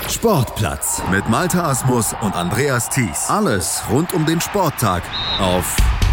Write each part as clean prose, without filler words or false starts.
Sportplatz mit Malte Asmus und Andreas Thies. Alles rund um den Sporttag auf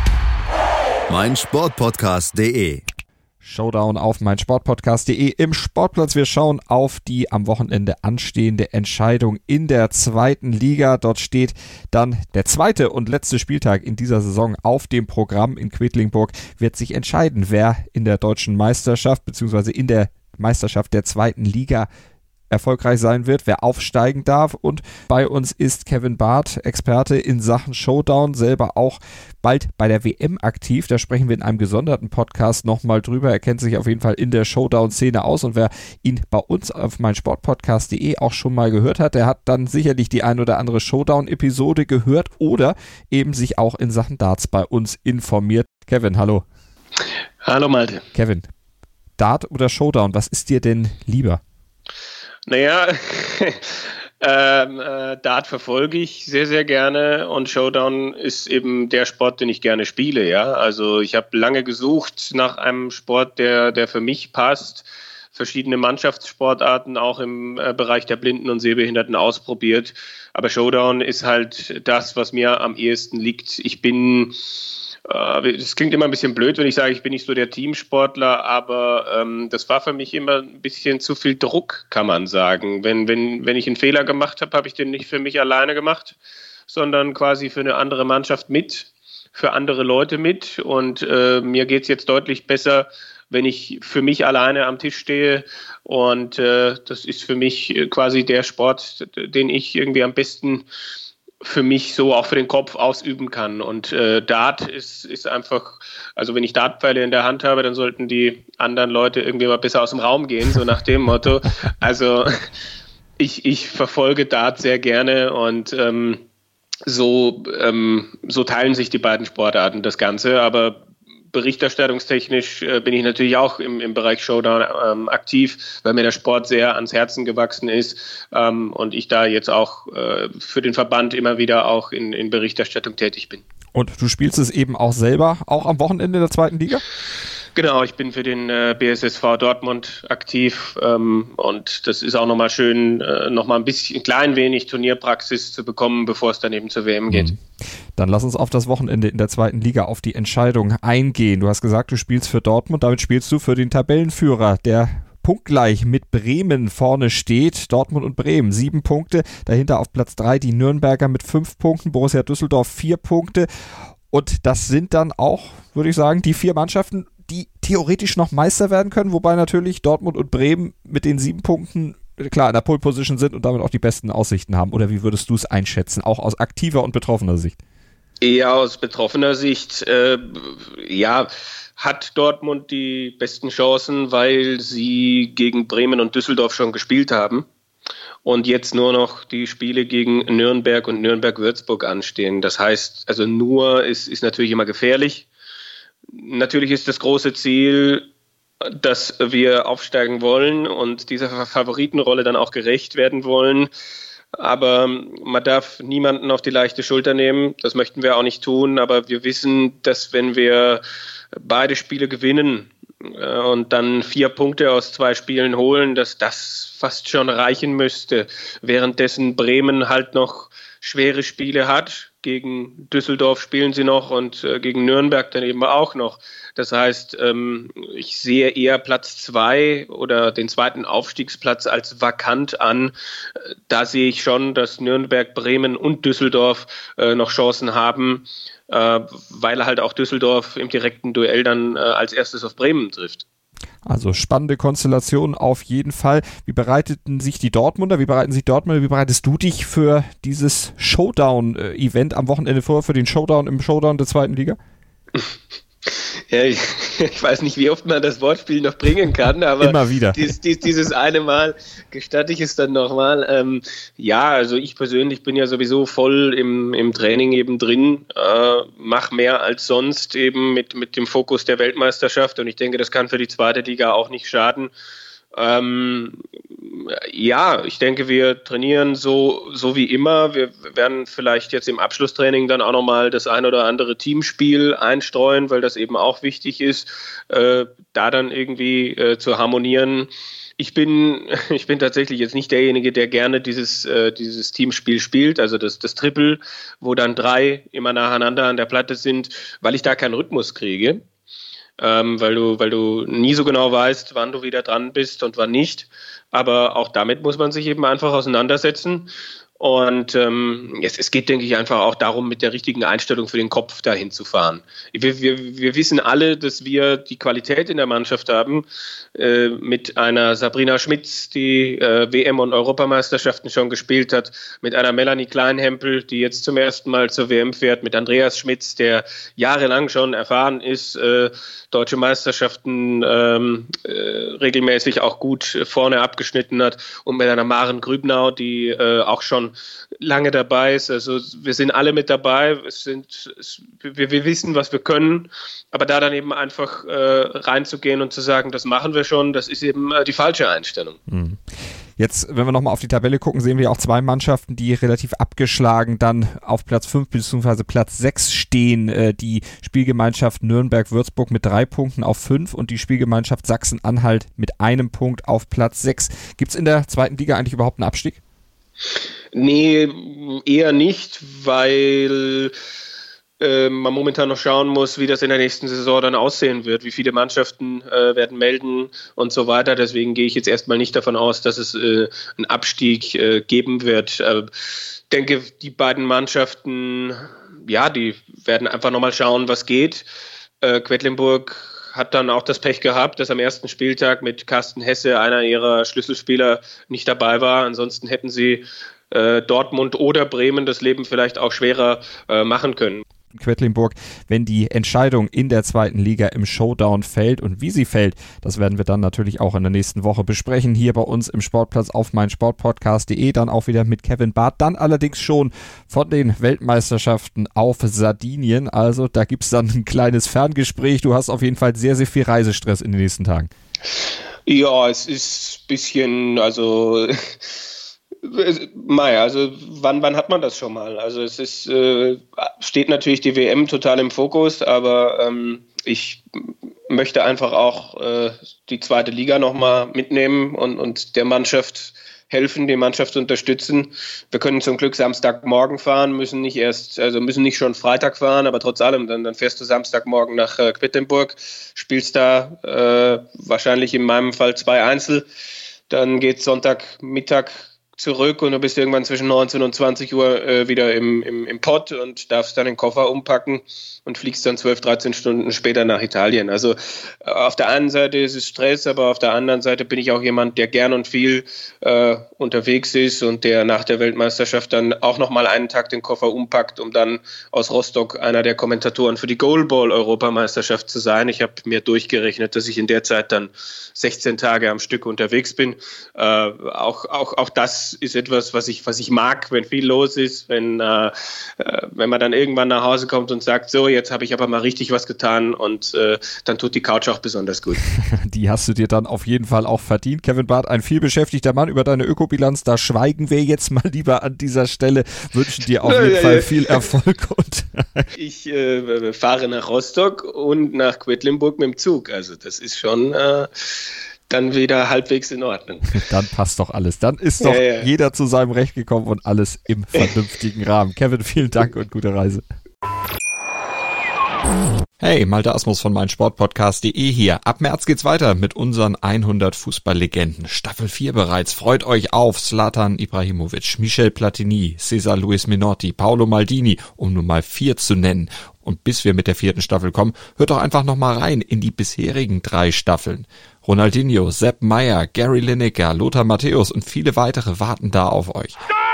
meinsportpodcast.de. Showdown auf meinsportpodcast.de im Sportplatz. Wir schauen auf die am Wochenende anstehende Entscheidung in der zweiten Liga. Dort steht dann der zweite und letzte Spieltag in dieser Saison auf dem Programm. In Quedlinburg wird sich entscheiden, wer in der deutschen Meisterschaft bzw. in der Meisterschaft der zweiten Liga erfolgreich sein wird, wer aufsteigen darf. Und bei uns ist Kevin Barth, Experte in Sachen Showdown, selber auch bald bei der WM aktiv. Da sprechen wir in einem gesonderten Podcast nochmal drüber. Er kennt sich auf jeden Fall in der Showdown-Szene aus, und wer ihn bei uns auf meinsportpodcast.de auch schon mal gehört hat, der hat dann sicherlich die ein oder andere Showdown-Episode gehört oder eben sich auch in Sachen Darts bei uns informiert. Kevin, hallo. Hallo Malte. Kevin, Dart oder Showdown, was ist dir denn lieber? Naja, Dart verfolge ich sehr, sehr gerne, und Showdown ist eben der Sport, den ich gerne spiele. Ja, also ich habe lange gesucht nach einem Sport, der für mich passt. Verschiedene Mannschaftssportarten auch im Bereich der Blinden und Sehbehinderten ausprobiert. Aber Showdown ist halt das, was mir am ehesten liegt. Es klingt immer ein bisschen blöd, wenn ich sage, ich bin nicht so der Teamsportler, aber das war für mich immer ein bisschen zu viel Druck, kann man sagen. Wenn ich einen Fehler gemacht habe, habe ich den nicht für mich alleine gemacht, sondern quasi für eine andere Mannschaft mit, für andere Leute mit. Und mir geht es jetzt deutlich besser, wenn ich für mich alleine am Tisch stehe. Und das ist für mich quasi der Sport, den ich irgendwie am besten für mich so auch für den Kopf ausüben kann. Und Dart ist einfach, also wenn ich Dartpfeile in der Hand habe, dann sollten die anderen Leute irgendwie mal besser aus dem Raum gehen, so nach dem Motto. Also ich verfolge Dart sehr gerne, und so teilen sich die beiden Sportarten das Ganze. Aber berichterstattungstechnisch bin ich natürlich auch im Bereich Showdown aktiv, weil mir der Sport sehr ans Herzen gewachsen ist, und ich da jetzt auch für den Verband immer wieder auch in Berichterstattung tätig bin. Und du spielst es eben auch selber, auch am Wochenende der zweiten Liga? Genau, ich bin für den BSSV Dortmund aktiv, und das ist auch nochmal schön, nochmal ein klein wenig Turnierpraxis zu bekommen, bevor es dann eben zur WM geht. Dann lass uns auf das Wochenende in der zweiten Liga, auf die Entscheidung eingehen. Du hast gesagt, du spielst für Dortmund, damit spielst du für den Tabellenführer, der punktgleich mit Bremen vorne steht. Dortmund und Bremen 7 Punkte, dahinter auf Platz 3 die Nürnberger mit 5 Punkten, Borussia Düsseldorf 4 Punkte. Und das sind dann auch, würde ich sagen, die 4 Mannschaften, die theoretisch noch Meister werden können, wobei natürlich Dortmund und Bremen mit den 7 Punkten klar in der Pole Position sind und damit auch die besten Aussichten haben. Oder wie würdest du es einschätzen, auch aus aktiver und betroffener Sicht? Eher aus betroffener Sicht, hat Dortmund die besten Chancen, weil sie gegen Bremen und Düsseldorf schon gespielt haben und jetzt nur noch die Spiele gegen Nürnberg und Nürnberg-Würzburg anstehen. Das heißt, also nur ist natürlich immer gefährlich. Natürlich ist das große Ziel, dass wir aufsteigen wollen und dieser Favoritenrolle dann auch gerecht werden wollen. Aber man darf niemanden auf die leichte Schulter nehmen. Das möchten wir auch nicht tun. Aber wir wissen, dass wenn wir beide Spiele gewinnen und dann 4 Punkte aus 2 Spielen holen, dass das fast schon reichen müsste. Währenddessen Bremen halt noch schwere Spiele hat. Gegen Düsseldorf spielen sie noch und gegen Nürnberg dann eben auch noch. Das heißt, ich sehe eher Platz 2 oder den zweiten Aufstiegsplatz als vakant an. Da sehe ich schon, dass Nürnberg, Bremen und Düsseldorf noch Chancen haben, weil halt auch Düsseldorf im direkten Duell dann als erstes auf Bremen trifft. Also spannende Konstellation auf jeden Fall. Wie bereiteten sich die Dortmunder? Wie bereitest du dich für dieses Showdown-Event am Wochenende vor, für den Showdown im Showdown der zweiten Liga? Ja, ich weiß nicht, wie oft man das Wortspiel noch bringen kann, aber immer wieder. Dieses eine Mal gestatte ich es dann nochmal. Also ich persönlich bin ja sowieso voll im Training eben drin, mache mehr als sonst eben mit dem Fokus der Weltmeisterschaft, und ich denke, das kann für die zweite Liga auch nicht schaden. Ja, ich denke, wir trainieren so wie immer. Wir werden vielleicht jetzt im Abschlusstraining dann auch nochmal das ein oder andere Teamspiel einstreuen, weil das eben auch wichtig ist, da dann irgendwie zu harmonieren. Ich bin tatsächlich jetzt nicht derjenige, der gerne dieses Teamspiel spielt, also das Triple, wo dann 3 immer nacheinander an der Platte sind, weil ich da keinen Rhythmus kriege. Weil du nie so genau weißt, wann du wieder dran bist und wann nicht. Aber auch damit muss man sich eben einfach auseinandersetzen. Und es geht, denke ich, einfach auch darum, mit der richtigen Einstellung für den Kopf dahin zu fahren. Wir wissen alle, dass wir die Qualität in der Mannschaft haben, mit einer Sabrina Schmitz, die WM- und Europameisterschaften schon gespielt hat, mit einer Melanie Kleinhempel, die jetzt zum ersten Mal zur WM fährt, mit Andreas Schmitz, der jahrelang schon erfahren ist, deutsche Meisterschaften regelmäßig auch gut vorne abgeschnitten hat, und mit einer Maren Grübnau, die auch schon lange dabei ist. Also wir sind alle mit dabei, wir wissen, was wir können, aber da dann eben einfach reinzugehen und zu sagen, das machen wir schon, das ist eben die falsche Einstellung. Jetzt, wenn wir nochmal auf die Tabelle gucken, sehen wir auch 2 Mannschaften, die relativ abgeschlagen dann auf Platz 5 bzw. Platz 6 stehen. Die Spielgemeinschaft Nürnberg-Würzburg mit 3 Punkten auf 5 und die Spielgemeinschaft Sachsen-Anhalt mit 1 Punkt auf Platz 6. Gibt es in der 2. Liga eigentlich überhaupt einen Abstieg? Nee, eher nicht, weil man momentan noch schauen muss, wie das in der nächsten Saison dann aussehen wird, wie viele Mannschaften werden melden und so weiter. Deswegen gehe ich jetzt erstmal nicht davon aus, dass es einen Abstieg geben wird. Ich denke, die beiden Mannschaften, ja, die werden einfach nochmal schauen, was geht. Quedlinburg hat dann auch das Pech gehabt, dass am ersten Spieltag mit Carsten Hesse, einer ihrer Schlüsselspieler, nicht dabei war. Ansonsten hätten sie Dortmund oder Bremen das Leben vielleicht auch schwerer machen können. Quedlinburg, wenn die Entscheidung in der 2. Liga im Showdown fällt und wie sie fällt, das werden wir dann natürlich auch in der nächsten Woche besprechen, hier bei uns im Sportplatz auf meinsportpodcast.de, dann auch wieder mit Kevin Barth, dann allerdings schon von den Weltmeisterschaften auf Sardinien, also da gibt es dann ein kleines Ferngespräch, du hast auf jeden Fall sehr, sehr viel Reisestress in den nächsten Tagen. Ja, es ist ein bisschen, also wann hat man das schon mal? Also es ist steht natürlich die WM total im Fokus, aber ich möchte einfach auch die 2. Liga nochmal mitnehmen und der Mannschaft helfen, die Mannschaft unterstützen. Wir können zum Glück Samstagmorgen fahren, müssen nicht schon Freitag fahren, aber trotz allem, dann fährst du Samstagmorgen nach Quedlinburg, spielst da wahrscheinlich in meinem Fall 2 Einzel, dann geht Sonntagmittag zurück und du bist irgendwann zwischen 19 und 20 Uhr wieder im Pott und darfst dann den Koffer umpacken und fliegst dann 12, 13 Stunden später nach Italien. Also auf der einen Seite ist es Stress, aber auf der anderen Seite bin ich auch jemand, der gern und viel unterwegs ist und der nach der Weltmeisterschaft dann auch nochmal einen Tag den Koffer umpackt, um dann aus Rostock einer der Kommentatoren für die Goalball-Europameisterschaft zu sein. Ich habe mir durchgerechnet, dass ich in der Zeit dann 16 Tage am Stück unterwegs bin. Auch das ist etwas, was ich mag, wenn viel los ist, wenn man dann irgendwann nach Hause kommt und sagt, so, jetzt habe ich aber mal richtig was getan und dann tut die Couch auch besonders gut. Die hast du dir dann auf jeden Fall auch verdient. Kevin Barth, ein vielbeschäftigter Mann, über deine Ökobilanz, da schweigen wir jetzt mal lieber an dieser Stelle, wünschen dir auf jeden Fall viel Erfolg. Und ich fahre nach Rostock und nach Quedlinburg mit dem Zug, also das ist schon dann wieder halbwegs in Ordnung. Dann passt doch alles. Dann ist doch jeder zu seinem Recht gekommen und alles im vernünftigen Rahmen. Kevin, vielen Dank und gute Reise. Hey, Malte Asmus von meinsportpodcast.de hier. Ab März geht's weiter mit unseren 100 Fußballlegenden. Staffel 4 bereits. Freut euch auf Zlatan Ibrahimovic, Michel Platini, Cesar Luis Menotti, Paolo Maldini, um nur mal 4 zu nennen. Und bis wir mit der 4. Staffel kommen, hört doch einfach nochmal rein in die bisherigen 3 Staffeln. Ronaldinho, Sepp Maier, Gary Lineker, Lothar Matthäus und viele weitere warten da auf euch.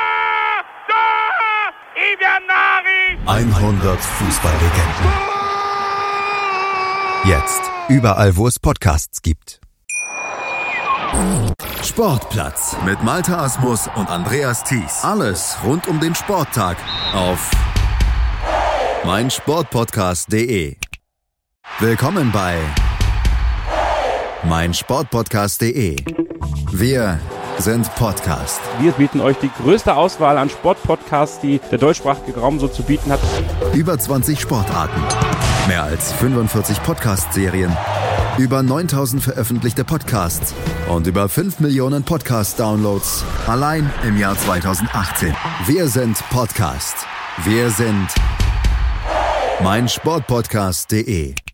100 Fußballlegenden. Jetzt überall, wo es Podcasts gibt. Sportplatz mit Malte Asmus und Andreas Thies. Alles rund um den Sporttag auf meinsportpodcast.de. Willkommen bei meinsportpodcast.de. Wir sind Podcast. Wir bieten euch die größte Auswahl an Sportpodcasts, die der deutschsprachige Raum so zu bieten hat. Über 20 Sportarten, mehr als 45 Podcast-Serien, über 9000 veröffentlichte Podcasts und über 5 Millionen Podcast-Downloads allein im Jahr 2018. Wir sind Podcast. Wir sind meinsportpodcast.de.